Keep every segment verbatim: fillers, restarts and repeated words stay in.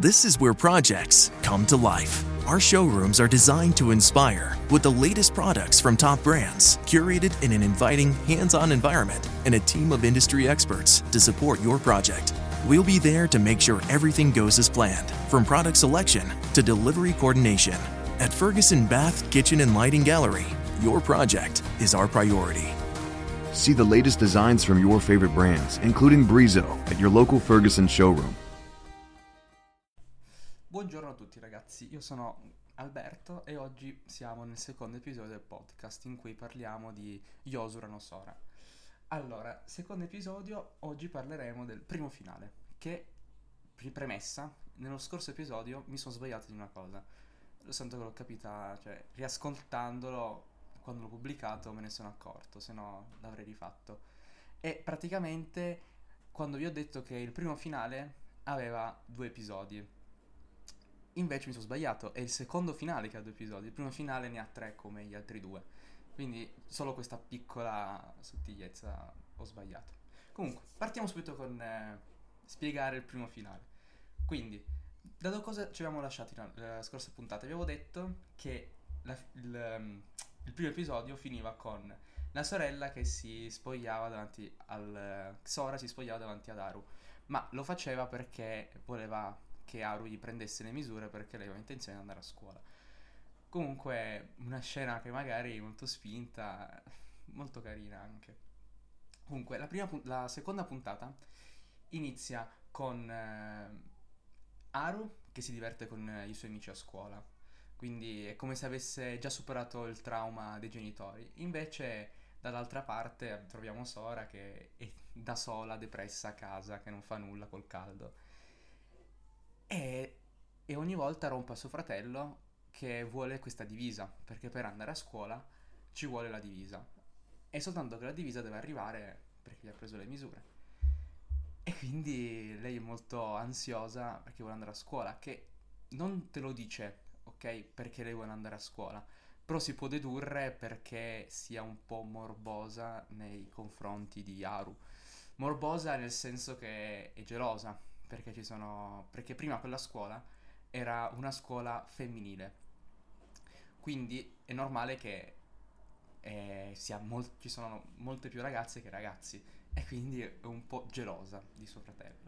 This is where projects come to life. Our showrooms are designed to inspire with the latest products from top brands, curated in an inviting, hands-on environment, and a team of industry experts to support your project. We'll be there to make sure everything goes as planned, from product selection to delivery coordination. At Ferguson Bath, Kitchen and Lighting Gallery, your project is our priority. See the latest designs from your favorite brands, including Brizo, at your local Ferguson showroom. Buongiorno a tutti ragazzi, io sono Alberto e oggi siamo nel secondo episodio del podcast in cui parliamo di Yozuru no Sora. Allora, secondo episodio, oggi parleremo del primo finale, che, premessa, nello scorso episodio mi sono sbagliato di una cosa. Lo sento che l'ho capita, cioè, riascoltandolo, quando l'ho pubblicato me ne sono accorto, se no l'avrei rifatto. E praticamente, quando vi ho detto che il primo finale aveva due episodi, invece mi sono sbagliato, è il secondo finale che ha due episodi, il primo finale ne ha tre come gli altri due, quindi solo questa piccola sottigliezza ho sbagliato. Comunque, partiamo subito con eh, spiegare il primo finale. Quindi, da dove cosa ci avevamo lasciati nella scorsa puntata? Avevo detto che la, il, um, il primo episodio finiva con la sorella che si spogliava davanti al... Sora si spogliava davanti ad Haru, ma lo faceva perché voleva che Haru gli prendesse le misure perché lei aveva intenzione di andare a scuola. Comunque una scena che magari è molto spinta, molto carina anche. Comunque la, prima, la seconda puntata inizia con eh, Haru che si diverte con eh, i suoi amici a scuola, quindi è come se avesse già superato il trauma dei genitori. Invece dall'altra parte troviamo Sora che è da sola, depressa a casa, che non fa nulla col caldo. E, e ogni volta rompe a suo fratello che vuole questa divisa, perché per andare a scuola ci vuole la divisa. E soltanto che la divisa deve arrivare perché gli ha preso le misure. E quindi lei è molto ansiosa perché vuole andare a scuola, che non te lo dice, ok, perché lei vuole andare a scuola, però si può dedurre perché sia un po' morbosa nei confronti di Haru. Morbosa nel senso che è gelosa, perché ci sono perché prima quella scuola era una scuola femminile, quindi è normale che eh, sia mol- ci sono molte più ragazze che ragazzi, e quindi è un po' gelosa di suo fratello.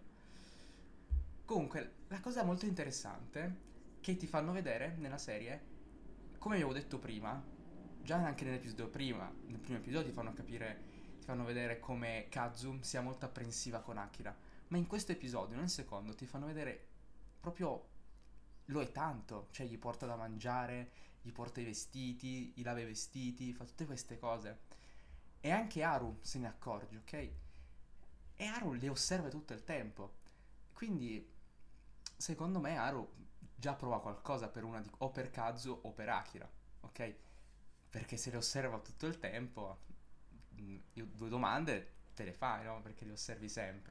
Comunque la cosa molto interessante che ti fanno vedere nella serie, come avevo detto prima, già anche nell'episodio prima nel primo episodio ti fanno capire, ti fanno vedere come Kazu sia molto apprensiva con Akira. Ma in questo episodio, nel secondo, ti fanno vedere proprio lo è tanto, cioè gli porta da mangiare, gli porta i vestiti, gli lava i vestiti, fa tutte queste cose. E anche Haru se ne accorge, ok? E Haru le osserva tutto il tempo. Quindi, secondo me, Haru già prova qualcosa per una di... o per Kazu o per Akira, ok? Perché se le osserva tutto il tempo, io due domande te le fai, no? Perché le osservi sempre.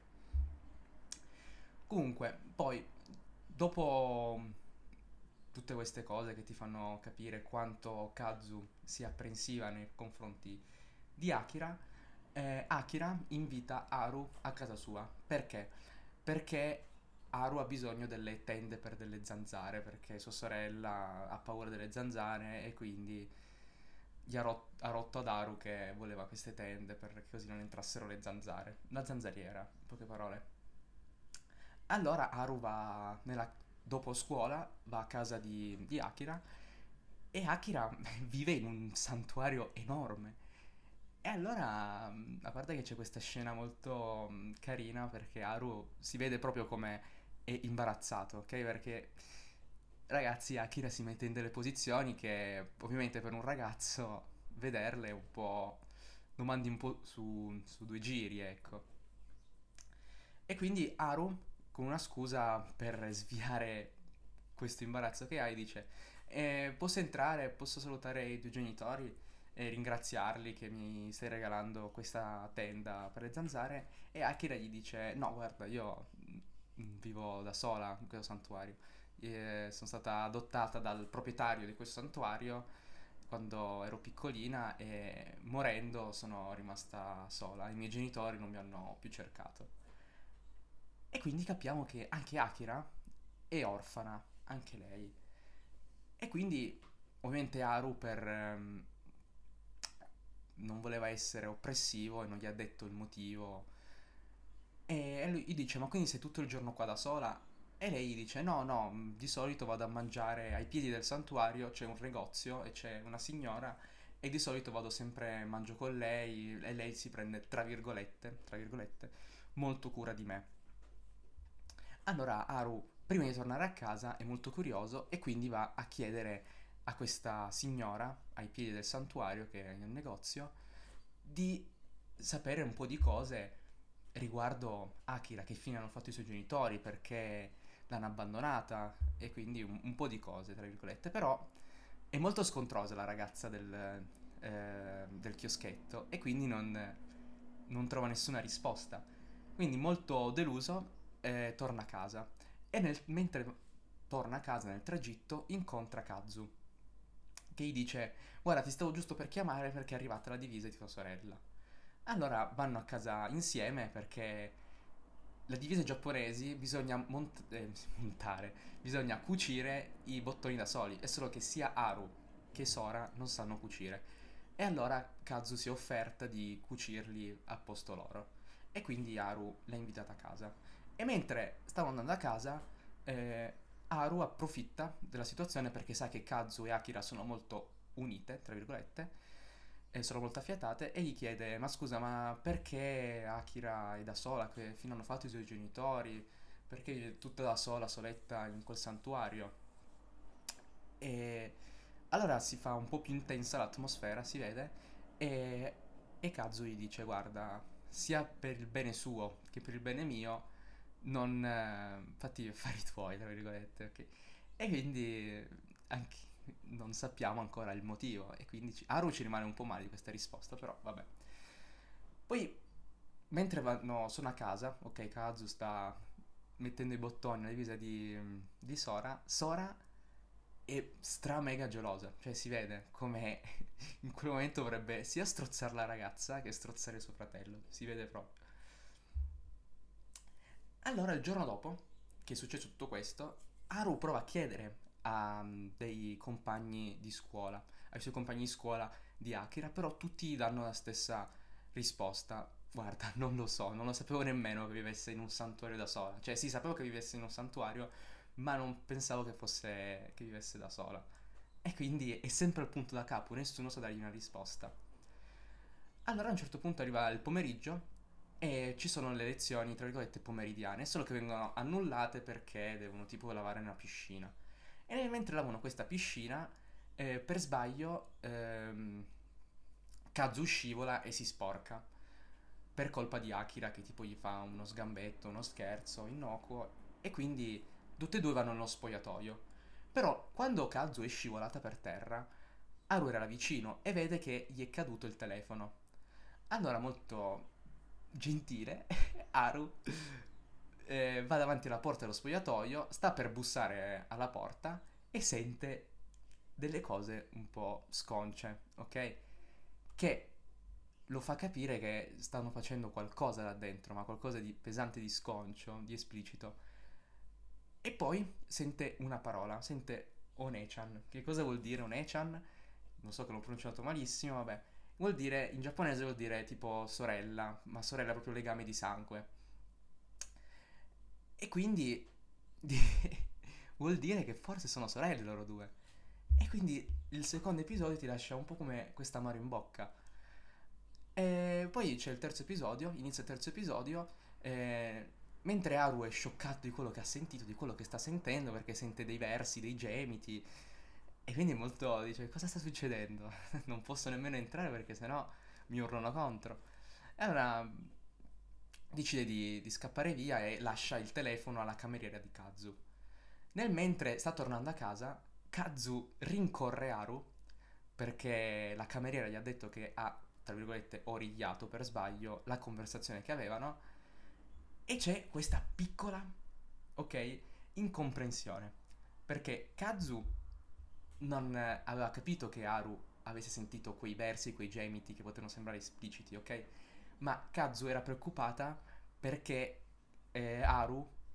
Comunque, poi, dopo tutte queste cose che ti fanno capire quanto Kazu sia apprensiva nei confronti di Akira, eh, Akira invita Haru a casa sua. Perché? Perché Haru ha bisogno delle tende per delle zanzare, perché sua sorella ha paura delle zanzare e quindi gli ha, rot- ha rotto ad Haru che voleva queste tende perché così non entrassero le zanzare. Una zanzariera, in poche parole. Allora Haru va nella, dopo scuola va a casa di, di Akira, e Akira vive in un santuario enorme. E allora, a parte che c'è questa scena molto mh, carina, perché Haru si vede proprio come è imbarazzato, ok? Perché ragazzi, Akira si mette in delle posizioni che ovviamente per un ragazzo vederle è un po'... lo mandi un po' su, su due giri, ecco. E quindi Haru, con una scusa per sviare questo imbarazzo che hai, dice eh, posso entrare, posso salutare i tuoi genitori e ringraziarli che mi stai regalando questa tenda per le zanzare. E Akira gli dice no, guarda, io mm, vivo da sola in questo santuario, eh, sono stata adottata dal proprietario di questo santuario quando ero piccolina e morendo sono rimasta sola, i miei genitori non mi hanno più cercato. E quindi capiamo che anche Akira è orfana, anche lei. E quindi, ovviamente, Haru per... ehm, non voleva essere oppressivo e non gli ha detto il motivo. E lui gli dice: ma quindi sei tutto il giorno qua da sola? E lei gli dice: no, no, mh, di solito vado a mangiare ai piedi del santuario, c'è un negozio e c'è una signora e di solito vado sempre, mangio con lei e lei si prende, tra virgolette, tra virgolette, molto cura di me. Allora Haru, prima di tornare a casa, è molto curioso e quindi va a chiedere a questa signora ai piedi del santuario, che è nel negozio, di sapere un po' di cose riguardo Akira, che fine hanno fatto i suoi genitori, perché l'hanno abbandonata e quindi un, un po' di cose, tra virgolette. Però è molto scontrosa la ragazza del, eh, del chioschetto e quindi non, non trova nessuna risposta. Quindi molto deluso eh, torna a casa e nel- mentre torna a casa nel tragitto incontra Kazu, che gli dice: guarda, ti stavo giusto per chiamare perché è arrivata la divisa di tua sorella. Allora vanno a casa insieme perché le divise giapponesi bisogna mont- eh, montare, bisogna cucire i bottoni da soli. È solo che sia Haru che Sora non sanno cucire. E allora Kazu si è offerta di cucirli a posto loro. E quindi Haru l'ha invitata a casa. E mentre stavano andando a casa, eh, Haru approfitta della situazione perché sa che Kazu e Akira sono molto unite, tra virgolette, e sono molto affiatate, e gli chiede: ma scusa, ma perché Akira è da sola? Che fine hanno fatto i suoi genitori? Perché è tutta da sola, soletta in quel santuario? E allora si fa un po' più intensa l'atmosfera, si vede, e, e Kazu gli dice: guarda, sia per il bene suo che per il bene mio, non eh, fatti gli affari tuoi, tra virgolette, ok? E quindi anche non sappiamo ancora il motivo, e quindi ci- Haru ci rimane un po' male di questa risposta, però vabbè. Poi, mentre vanno, sono a casa, ok, Kazu sta mettendo i bottoni nella divisa di, di Sora. Sora è stra mega gelosa, cioè si vede come in quel momento vorrebbe sia strozzare la ragazza che strozzare suo fratello, si vede proprio. Allora il giorno dopo che è successo tutto questo, Haru prova a chiedere a mm, dei compagni di scuola, ai suoi compagni di scuola di Akira, però tutti gli danno la stessa risposta: guarda, non lo so, non lo sapevo nemmeno che vivesse in un santuario da sola. Cioè sì, sapevo che vivesse in un santuario, ma non pensavo che fosse che vivesse da sola. E quindi è sempre al punto da capo, nessuno sa dargli una risposta. Allora a un certo punto arriva il pomeriggio e ci sono le lezioni, tra virgolette, pomeridiane, solo che vengono annullate perché devono tipo lavare nella piscina. E nel- mentre lavano questa piscina, eh, per sbaglio, ehm, Kazu scivola e si sporca per colpa di Akira, che tipo gli fa uno sgambetto, uno scherzo innocuo, e quindi tutte e due vanno nello spogliatoio. Però quando Kazu è scivolata per terra, Haru era là vicino e vede che gli è caduto il telefono. Allora, molto gentile, Haru eh, va davanti alla porta dello spogliatoio, sta per bussare alla porta e sente delle cose un po' sconce, ok? Che lo fa capire che stanno facendo qualcosa là dentro, ma qualcosa di pesante, di sconcio, di esplicito. E poi sente una parola, sente One-chan. Che cosa vuol dire One-chan? Non so, che l'ho pronunciato malissimo, vabbè. Vuol dire, in giapponese vuol dire tipo sorella, ma sorella è proprio legame di sangue. E quindi di- vuol dire che forse sono sorelle loro due. E quindi il secondo episodio ti lascia un po' come questa amaro in bocca. E poi c'è il terzo episodio, inizia il terzo episodio, eh, mentre Haru è scioccato di quello che ha sentito, di quello che sta sentendo, perché sente dei versi, dei gemiti, e quindi è molto, dice: cosa sta succedendo? Non posso nemmeno entrare perché sennò mi urlano contro. E allora decide di, di scappare via e lascia il telefono alla cameriera di Kazu. Nel mentre sta tornando a casa, Kazu rincorre Haru perché la cameriera gli ha detto che ha, tra virgolette, origliato per sbaglio la conversazione che avevano, e c'è questa piccola, ok, incomprensione, perché Kazu non eh, aveva capito che Haru avesse sentito quei versi, quei gemiti che potevano sembrare espliciti, ok? Ma Kazu era preoccupata perché eh, Haru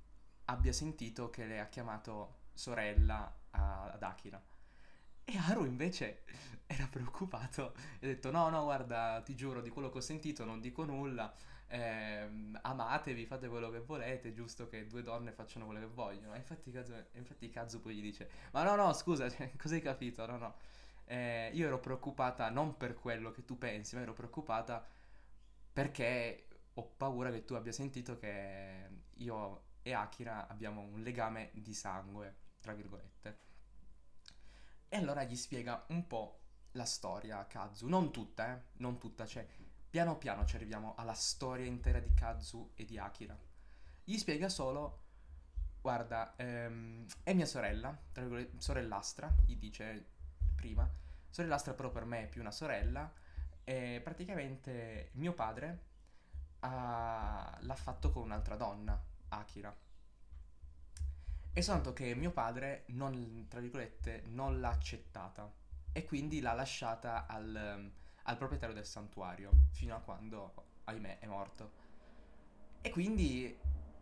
abbia sentito che lei ha chiamato sorella a- ad Akira. E Haru invece era preoccupato e ha detto no, no, guarda, ti giuro, di quello che ho sentito non dico nulla, ehm, amatevi, fate quello che volete, è giusto che due donne facciano quello che vogliono. E infatti Kazu, infatti Kazu poi gli dice, ma no, no, scusa, cioè, cosa hai capito? No, no. Eh, io ero preoccupata non per quello che tu pensi, ma ero preoccupata perché ho paura che tu abbia sentito che io e Akira abbiamo un legame di sangue, tra virgolette. E allora gli spiega un po' la storia a Kazu, non tutta, eh, non tutta, cioè piano piano ci arriviamo alla storia intera di Kazu e di Akira. Gli spiega solo, guarda, ehm, è mia sorella, tra virgolette, sorellastra, gli dice prima, sorellastra però per me è più una sorella, e praticamente mio padre ha- l'ha fatto con un'altra donna, Akira. E soltanto che mio padre non, tra virgolette, non l'ha accettata e quindi l'ha lasciata al, al proprietario del santuario fino a quando, ahimè, è morto. E quindi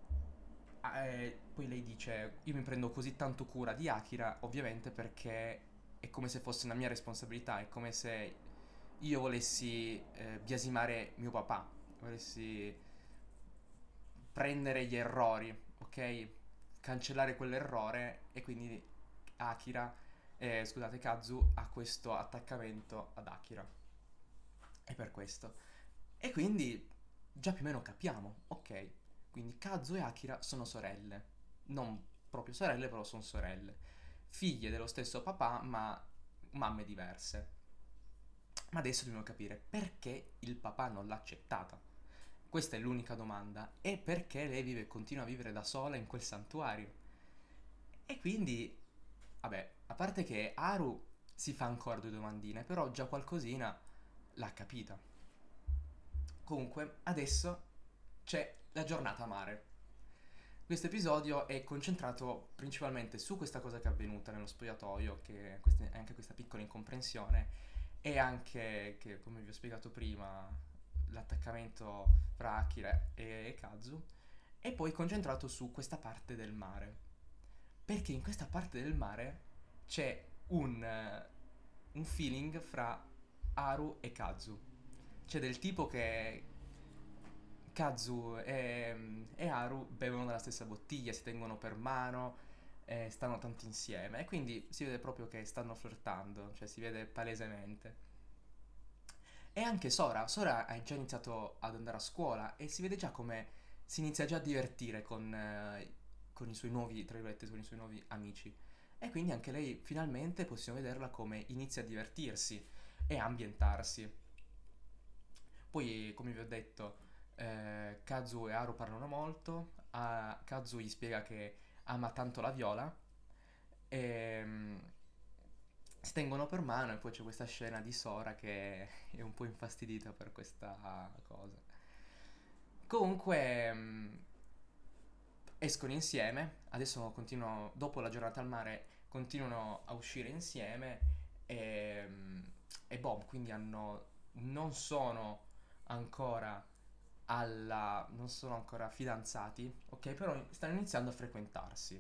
eh, poi lei dice, io mi prendo così tanto cura di Akira, ovviamente perché è come se fosse una mia responsabilità, è come se io volessi eh, biasimare mio papà, volessi prendere gli errori, ok? Cancellare quell'errore e quindi Akira, eh, scusate, Kazu ha questo attaccamento ad Akira. E per questo. E quindi già più o meno capiamo, ok? Quindi Kazu e Akira sono sorelle. Non proprio sorelle, però sono sorelle. Figlie dello stesso papà, ma mamme diverse. Ma adesso dobbiamo capire perché il papà non l'ha accettata. Questa è l'unica domanda. E perché lei vive, continua a vivere da sola in quel santuario? E quindi, vabbè, a parte che Haru si fa ancora due domandine, però già qualcosina l'ha capita. Comunque, adesso c'è la giornata a mare. Questo episodio è concentrato principalmente su questa cosa che è avvenuta nello spogliatoio, che queste- anche questa piccola incomprensione, e anche che, come vi ho spiegato prima, l'attaccamento fra Akira e Kazu, e poi concentrato su questa parte del mare. Perché in questa parte del mare c'è un, eh, un feeling fra Haru e Kazu. C'è del tipo che Kazu e, e Haru bevono dalla stessa bottiglia, si tengono per mano, eh, stanno tanto insieme e quindi si vede proprio che stanno flirtando, cioè si vede palesemente. E anche Sora, Sora ha già iniziato ad andare a scuola e si vede già come si inizia già a divertire con, eh, con i suoi nuovi, tra virgolette, con i suoi nuovi amici. E quindi anche lei finalmente possiamo vederla come inizia a divertirsi e a ambientarsi. Poi, come vi ho detto, eh, Kazu e Haru parlano molto. A Kazu gli spiega che ama tanto la viola e mm, si tengono per mano e poi c'è questa scena di Sora che è un po' infastidita per questa cosa. Comunque mm, escono insieme, adesso continuano, dopo la giornata al mare, continuano a uscire insieme e, mm, e boh, quindi hanno, non sono ancora alla, non sono ancora fidanzati, ok? Però stanno iniziando a frequentarsi.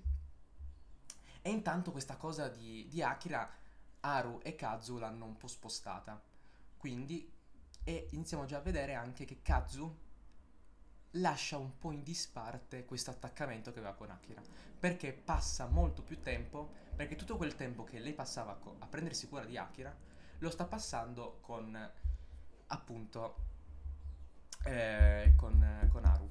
E intanto questa cosa di, di Akira, Haru e Kazu l'hanno un po' spostata. Quindi, e iniziamo già a vedere anche che Kazu lascia un po' in disparte questo attaccamento che aveva con Akira. Perché passa molto più tempo, perché tutto quel tempo che lei passava co- a prendersi cura di Akira, lo sta passando con, appunto, eh, con, con Haru.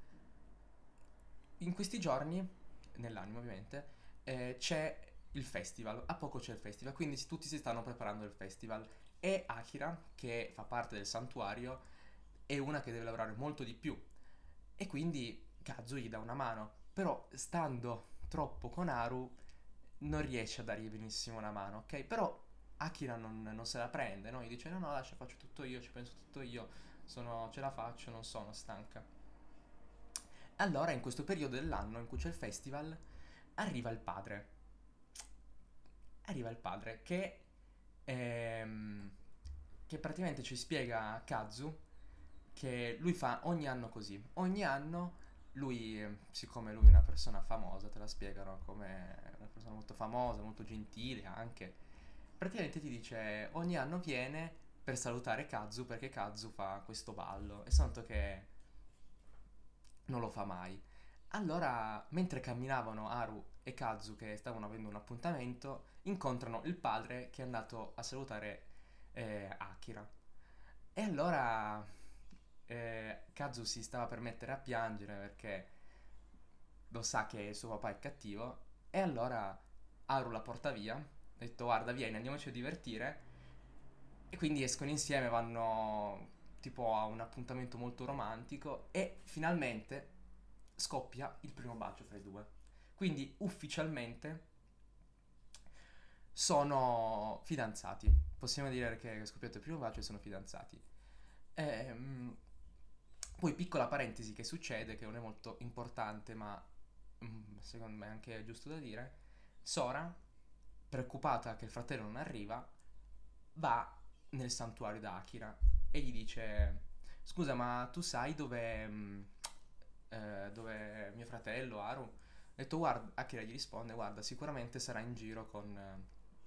In questi giorni, nell'anime ovviamente, eh, c'è il festival, a poco c'è il festival, quindi si- tutti si stanno preparando al festival e Akira, che fa parte del santuario, è una che deve lavorare molto di più e quindi Kazu gli dà una mano, però stando troppo con Haru non riesce a dargli benissimo una mano, ok? Però Akira non, non se la prende, no? Gli dice no no lascia, faccio tutto io, ci penso tutto io, sono, ce la faccio, non sono stanca. Allora, in questo periodo dell'anno in cui c'è il festival, arriva il padre. Arriva il padre che, ehm, che praticamente ci spiega a Kazu che lui fa ogni anno così. Ogni anno lui, eh, siccome lui è una persona famosa, te la spiegano come una persona molto famosa, molto gentile anche, praticamente ti dice ogni anno viene per salutare Kazu perché Kazu fa questo ballo e santo che non lo fa mai. Allora, mentre camminavano Haru e Kazu che stavano avendo un appuntamento, incontrano il padre che è andato a salutare eh, Akira. E allora eh, Kazu si stava per mettere a piangere perché lo sa che suo papà è cattivo. E allora Haru la porta via, ha detto guarda vieni andiamoci a divertire. E quindi escono insieme, vanno tipo a un appuntamento molto romantico e finalmente scoppia il primo bacio fra i due. Quindi ufficialmente sono fidanzati. Possiamo dire che è scoppiato il primo bacio e sono fidanzati. Ehm, Poi piccola parentesi che succede, che non è molto importante, ma mm, secondo me anche è giusto da dire. Sora, preoccupata che il fratello non arriva, va nel santuario da Akira e gli dice scusa ma tu sai dove mm, eh, dove mio fratello Haru? Ha detto guarda, Akira gli risponde guarda sicuramente sarà in giro con eh,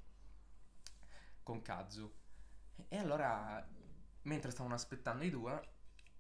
con Kazu. E allora mentre stavano aspettando i due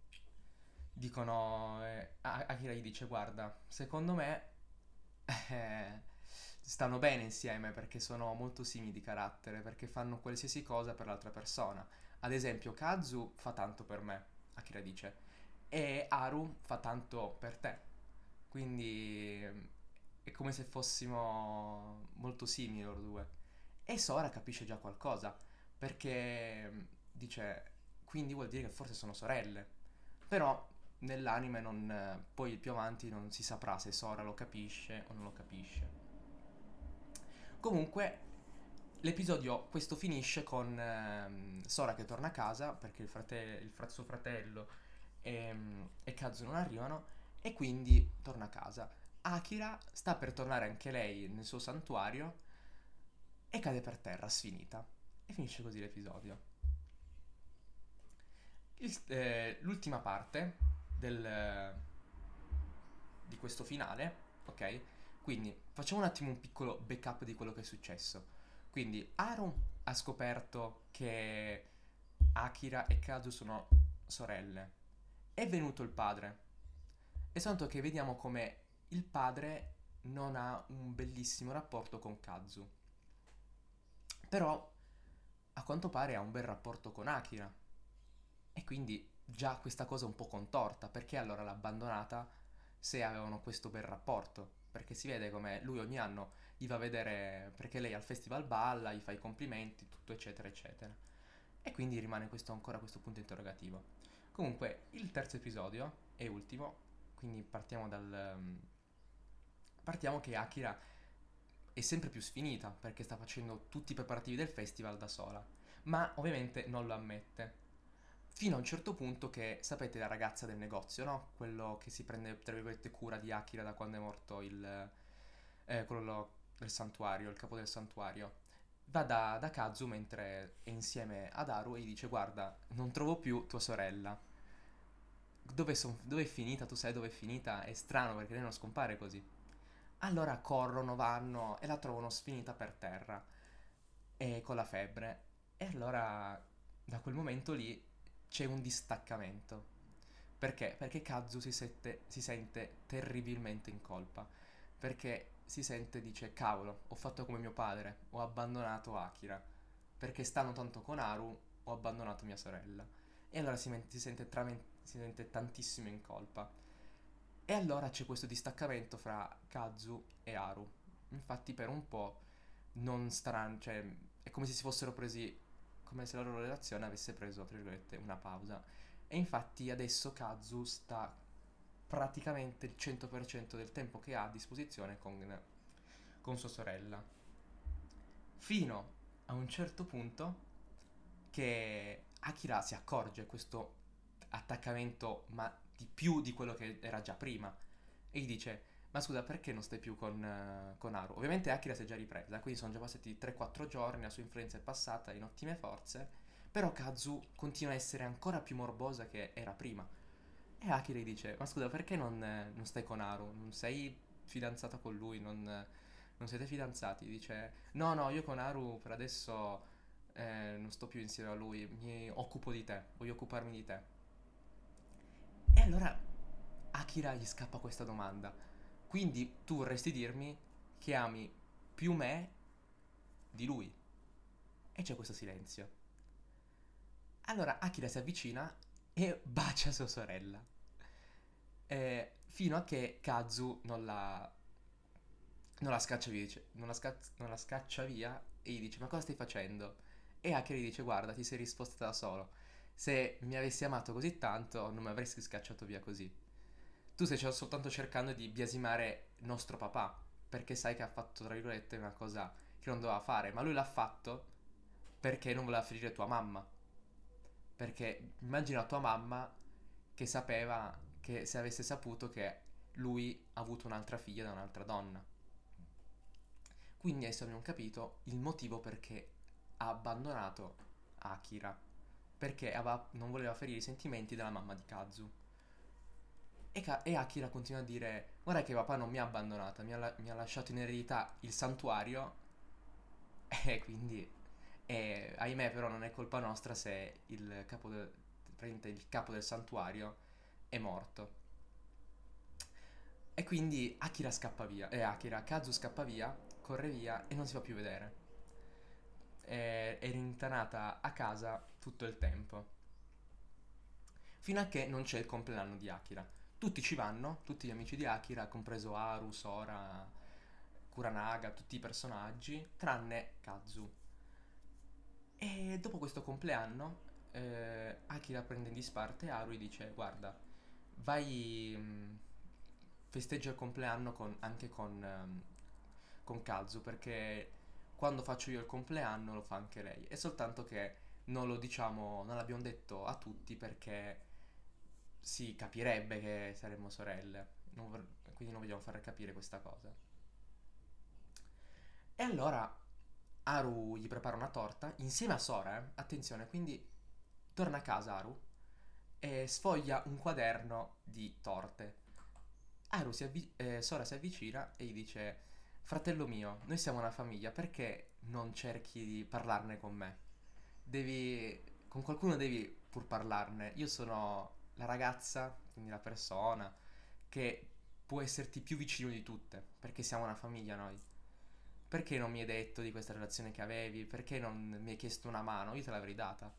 dicono eh, A- Akira gli dice guarda secondo me eh, stanno bene insieme perché sono molto simili di carattere, perché fanno qualsiasi cosa per l'altra persona. Ad esempio, Kazu fa tanto per me, Akira dice, e Haru fa tanto per te. Quindi ehm, è come se fossimo molto simili loro due. E Sora capisce già qualcosa, perché ehm, dice, quindi vuol dire che forse sono sorelle. Però nell'anime non, eh, poi più avanti non si saprà se Sora lo capisce o non lo capisce. Comunque, l'episodio questo finisce con ehm, Sora che torna a casa perché il, frate- il fra- suo fratello e, e Kazu non arrivano e quindi torna a casa. Akira sta per tornare anche lei nel suo santuario e cade per terra sfinita. E finisce così l'episodio. Il- eh, l'ultima parte del, di questo finale, ok? Quindi facciamo un attimo un piccolo backup di quello che è successo. Quindi Haru ha scoperto che Akira e Kazu sono sorelle. È venuto il padre. E tanto che vediamo come il padre non ha un bellissimo rapporto con Kazu. Però a quanto pare ha un bel rapporto con Akira. E quindi già questa cosa è un po' contorta, perché allora l'ha abbandonata se avevano questo bel rapporto? Perché si vede come lui ogni anno gli va a vedere, perché lei al festival balla, gli fa i complimenti, tutto eccetera eccetera. E quindi rimane questo ancora questo punto interrogativo. Comunque, il terzo episodio e ultimo, quindi partiamo dal... um, partiamo che Akira è sempre più sfinita perché sta facendo tutti i preparativi del festival da sola, ma ovviamente non lo ammette. Fino a un certo punto che, sapete, la ragazza del negozio, no? Quello che si prende, tra virgolette, cura di Akira da quando è morto il... Eh, quello del santuario, il capo del santuario. Va da, da Kazu mentre è insieme ad Haru e gli dice guarda, non trovo più tua sorella. Dove, son- dove è finita? Tu sai dove è finita? È strano perché lei non scompare così. Allora corrono, vanno e la trovano sfinita per terra e con la febbre. E allora da quel momento lì c'è un distaccamento. Perché? Perché Kazu si, sette- si sente terribilmente in colpa. Perché si sente, dice, cavolo, ho fatto come mio padre, ho abbandonato Akira. Perché stanno tanto con Haru, ho abbandonato mia sorella. E allora si, men- si sente, tramen- si sente tantissimo in colpa. E allora c'è questo distaccamento fra Kazu e Haru. Infatti per un po' non staranno, cioè è come se si fossero presi, come se la loro relazione avesse preso, tra virgolette, una pausa. E infatti adesso Kazu sta praticamente il cento per cento del tempo che ha a disposizione con, con sua sorella. Fino a un certo punto che Akira si accorge questo attaccamento, ma di più di quello che era già prima. E gli dice, ma scusa, perché non stai più con, eh, con Haru? Ovviamente Akira si è già ripresa, quindi sono già passati tre quattro giorni, la sua influenza è passata in ottime forze, però Kazu continua a essere ancora più morbosa che era prima. E Akira gli dice, ma scusa, perché non, non stai con Haru? Non sei fidanzata con lui? Non, non siete fidanzati? Dice, no, no, io con Haru per adesso eh, non sto più insieme a lui, mi occupo di te, voglio occuparmi di te. E allora Akira gli scappa questa domanda. Quindi tu vorresti dirmi che ami più me di lui? E c'è questo silenzio. Allora Akira si avvicina e bacia sua sorella. Eh, fino a che Kazu non la, non la scaccia via, dice- non la, sca- non la scaccia via e gli dice: ma cosa stai facendo? E Akira gli dice: guarda, ti sei risposta da solo. Se mi avessi amato così tanto, non mi avresti scacciato via così. Tu stai soltanto cercando di biasimare nostro papà, perché sai che ha fatto, tra virgolette, una cosa che non doveva fare, ma lui l'ha fatto perché non voleva ferire tua mamma. Perché immagina tua mamma che sapeva che se avesse saputo che lui ha avuto un'altra figlia da un'altra donna. Quindi adesso abbiamo capito il motivo perché ha abbandonato Akira. Perché aveva- non voleva ferire i sentimenti della mamma di Kazu. E, Ka- e Akira continua a dire: guarda che papà non mi ha abbandonata, mi ha, la- mi ha lasciato in eredità il santuario. E quindi, e, ahimè, però non è colpa nostra se il capo, del- praticamente il capo del santuario è morto. E quindi Akira scappa via, e Akira, Kazu scappa via, corre via e non si fa più vedere. È, è rintanata a casa tutto il tempo. Fino a che non c'è il compleanno di Akira. Tutti ci vanno, tutti gli amici di Akira, compreso Haru, Sora, Kuranaga, tutti i personaggi, tranne Kazu. E dopo questo compleanno, eh, Akira prende in disparte Haru e dice: guarda, vai, mh, festeggia il compleanno con- anche con, ehm, con Kazu, perché quando faccio io il compleanno lo fa anche lei. È soltanto che non lo diciamo, non l'abbiamo detto a tutti perché si capirebbe che saremmo sorelle. Non vor- quindi non vogliamo far capire questa cosa. E allora Haru gli prepara una torta insieme a Sora, eh? Attenzione, quindi torna a casa Haru e sfoglia un quaderno di torte. Haru si avvi- eh, Sora si avvicina e gli dice: fratello mio, noi siamo una famiglia, perché non cerchi di parlarne con me? Devi, con qualcuno devi pur parlarne. Io sono la ragazza, quindi la persona, che può esserti più vicino di tutte, perché siamo una famiglia noi. Perché non mi hai detto di questa relazione che avevi? Perché non mi hai chiesto una mano? Io te l'avrei data.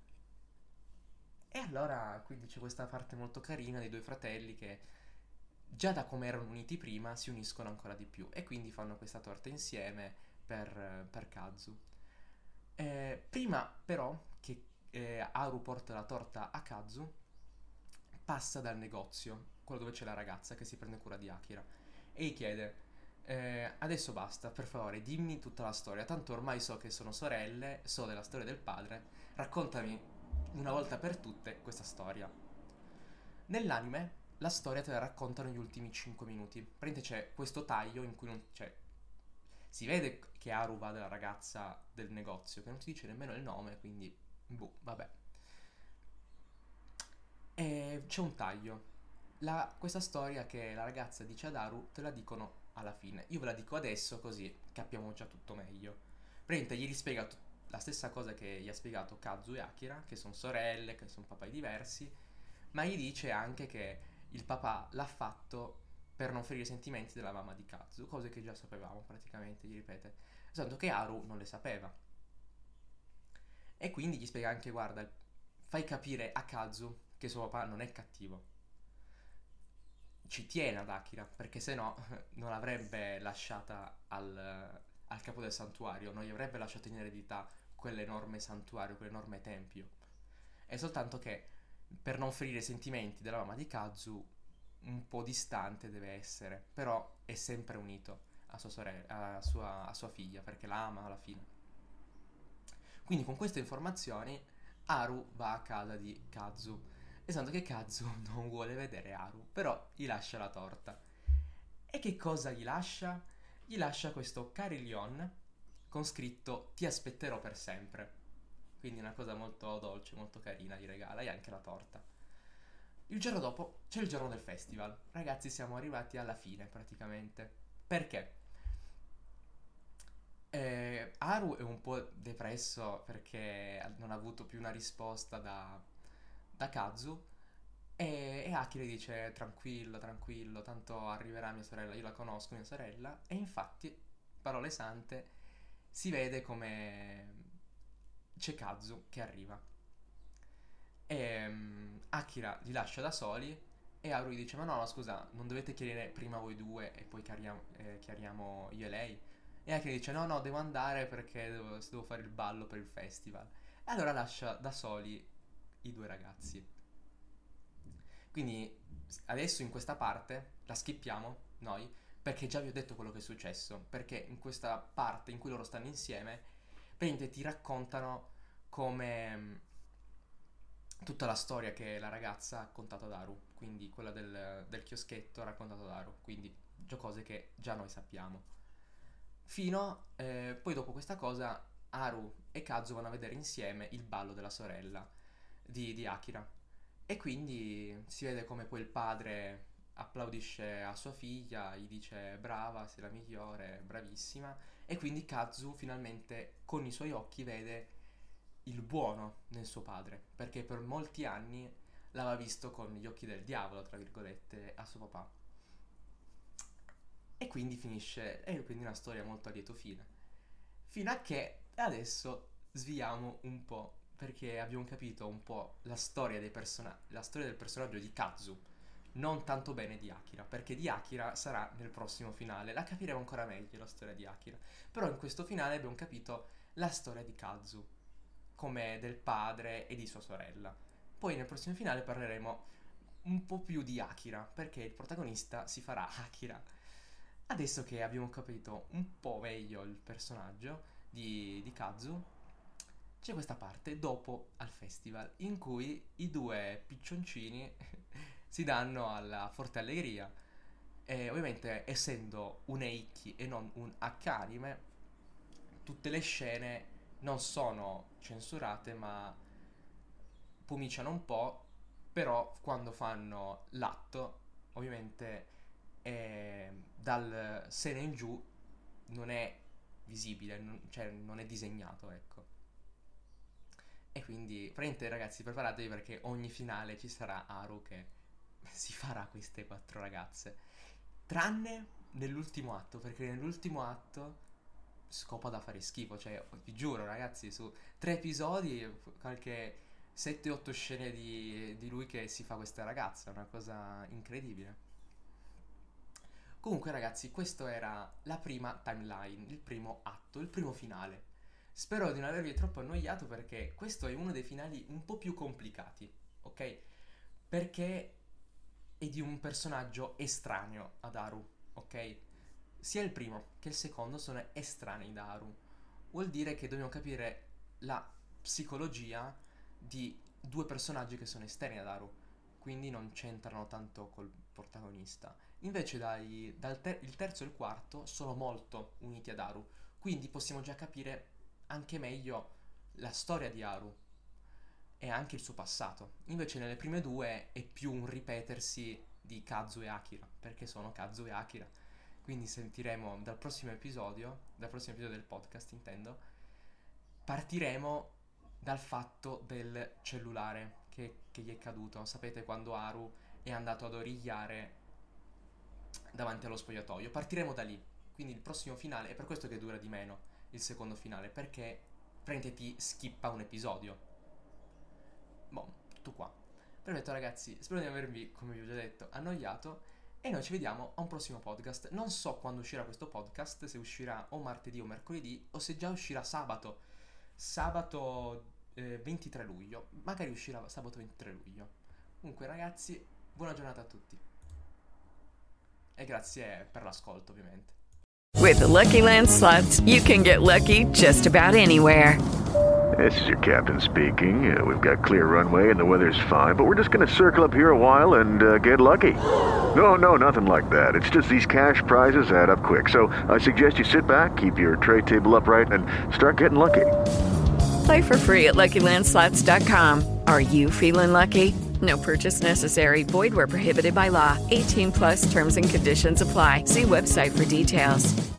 E allora, quindi c'è questa parte molto carina dei due fratelli che già da come erano uniti prima si uniscono ancora di più e quindi fanno questa torta insieme per, per Kazu. Eh, prima però che eh, Haru porta la torta a Kazu, passa dal negozio, quello dove c'è la ragazza che si prende cura di Akira, e gli chiede: "Eh, adesso basta, per favore, dimmi tutta la storia, tanto ormai so che sono sorelle, so della storia del padre, raccontami una volta per tutte questa storia." Nell'anime la storia te la raccontano negli ultimi cinque minuti. Praticamente c'è questo taglio in cui non c'è. Si vede che Haru va dalla ragazza del negozio, che non ti dice nemmeno il nome, quindi. Boh, vabbè. E c'è un taglio. La- questa storia che la ragazza dice ad Haru te la dicono alla fine. Io ve la dico adesso così capiamo già tutto meglio. Praticamente gli rispiega tut- la stessa cosa che gli ha spiegato Kazu e Akira, che sono sorelle, che sono papai diversi, ma gli dice anche che il papà l'ha fatto per non ferire i sentimenti della mamma di Kazu, cose che già sapevamo praticamente, gli ripete. Soltanto che Haru non le sapeva. E quindi gli spiega anche: guarda, fai capire a Kazu che suo papà non è cattivo. Ci tiene ad Akira, perché se no non l'avrebbe lasciata al, al capo del santuario, non gli avrebbe lasciato in eredità quell'enorme santuario, quell'enorme tempio. È soltanto che per non ferire i sentimenti della mamma di Kazu, un po' distante deve essere, però è sempre unito a sua sorella, a sua, a sua figlia, perché la ama alla fine. Quindi con queste informazioni Haru va a casa di Kazu, esatto, che Kazu non vuole vedere Haru, però gli lascia la torta. E che cosa gli lascia? Gli lascia questo carillon con scritto "Ti aspetterò per sempre". Quindi una cosa molto dolce, molto carina, gli regala, e anche la torta. Il giorno dopo c'è il giorno del festival. Ragazzi, siamo arrivati alla fine praticamente. Perché? Eh, Haru è un po' depresso perché non ha avuto più una risposta da, da Kazu. E, e Akira dice tranquillo, tranquillo, tanto arriverà mia sorella, io la conosco mia sorella. E infatti, parole sante, si vede come c'è Kazu che arriva. E um, Akira li lascia da soli e Haru gli dice ma no, no scusa, non dovete chiarire prima voi due e poi chiariamo, eh, chiariamo io e lei. E Akira dice no no, devo andare perché devo, devo fare il ballo per il festival. E allora lascia da soli i due ragazzi. Quindi adesso in questa parte la skippiamo noi, perché già vi ho detto quello che è successo. Perché in questa parte in cui loro stanno insieme, praticamente ti raccontano come tutta la storia che la ragazza ha raccontato ad Haru, quindi quella del, del chioschetto ha raccontato ad Haru, quindi già cose che già noi sappiamo. Fino, eh, poi dopo questa cosa, Haru e Kazu vanno a vedere insieme il ballo della sorella di, di Akira. E quindi si vede come poi il padre applaudisce a sua figlia, gli dice brava, sei la migliore, bravissima. E quindi Kazu finalmente con i suoi occhi vede il buono nel suo padre, perché per molti anni l'aveva visto con gli occhi del diavolo, tra virgolette, a suo papà. E quindi finisce, è quindi una storia molto a lieto fine. Fino a che adesso sviamo un po', perché abbiamo capito un po' la storia dei persona- la storia del personaggio di Kazu, non tanto bene di Akira, perché di Akira sarà nel prossimo finale, la capiremo ancora meglio la storia di Akira. Però in questo finale abbiamo capito la storia di Kazu, come del padre e di sua sorella. Poi nel prossimo finale parleremo un po' più di Akira, perché il protagonista si farà Akira. Adesso che abbiamo capito un po' meglio il personaggio di, di Kazu, c'è questa parte dopo al festival in cui i due piccioncini si danno alla forte allegria. E ovviamente, essendo un Eiki e non un H-anime, tutte le scene non sono censurate ma pomiciano un po', però quando fanno l'atto ovviamente eh, dal seno in giù non è visibile, non, cioè non è disegnato, ecco. E quindi praticamente ragazzi preparatevi perché ogni finale ci sarà Haru che si farà queste quattro ragazze, tranne nell'ultimo atto, perché nell'ultimo atto scopa da fare schifo, cioè vi giuro ragazzi, su tre episodi qualche sette otto scene di, di lui che si fa questa ragazza, una cosa incredibile. Comunque ragazzi, questo era la prima timeline, il primo atto, il primo finale. Spero di non avervi troppo annoiato perché questo è uno dei finali un po' più complicati, ok? Perché è di un personaggio estraneo ad Haru, ok? Sia il primo che il secondo sono estranei da Haru. Vuol dire che dobbiamo capire la psicologia di due personaggi che sono esterni ad Haru, quindi non c'entrano tanto col protagonista. Invece dai, dal ter- il terzo e il quarto sono molto uniti ad Haru, quindi possiamo già capire anche meglio la storia di Haru e anche il suo passato. Invece nelle prime due è più un ripetersi di Kazu e Akira, perché sono Kazu e Akira. Quindi sentiremo dal prossimo episodio, dal prossimo episodio del podcast intendo, partiremo dal fatto del cellulare che, che gli è caduto. Sapete, quando Haru è andato ad origliare davanti allo spogliatoio. Partiremo da lì. Quindi il prossimo finale, è per questo che dura di meno il secondo finale, perché praticamente ti skippa un episodio. Boh, tutto qua. Perfetto ragazzi, spero di avervi, come vi ho già detto, annoiato. E noi ci vediamo a un prossimo podcast. Non so quando uscirà questo podcast, se uscirà o martedì o mercoledì, o se già uscirà sabato. Sabato eh, ventitré luglio. Magari uscirà sabato ventitré luglio. Comunque ragazzi, buona giornata a tutti. E grazie per l'ascolto ovviamente. With the Lucky Land Slots, you can get lucky just about anywhere. This is your captain speaking. Uh, we've got clear runway and the weather's fine, but we're just going to circle up here a while and uh, get lucky. No, no, nothing like that. It's just these cash prizes add up quick. So I suggest you sit back, keep your tray table upright, and start getting lucky. Play for free at Lucky Land Slots dot com. Are you feeling lucky? No purchase necessary. Void where prohibited by law. eighteen plus terms and conditions apply. See website for details.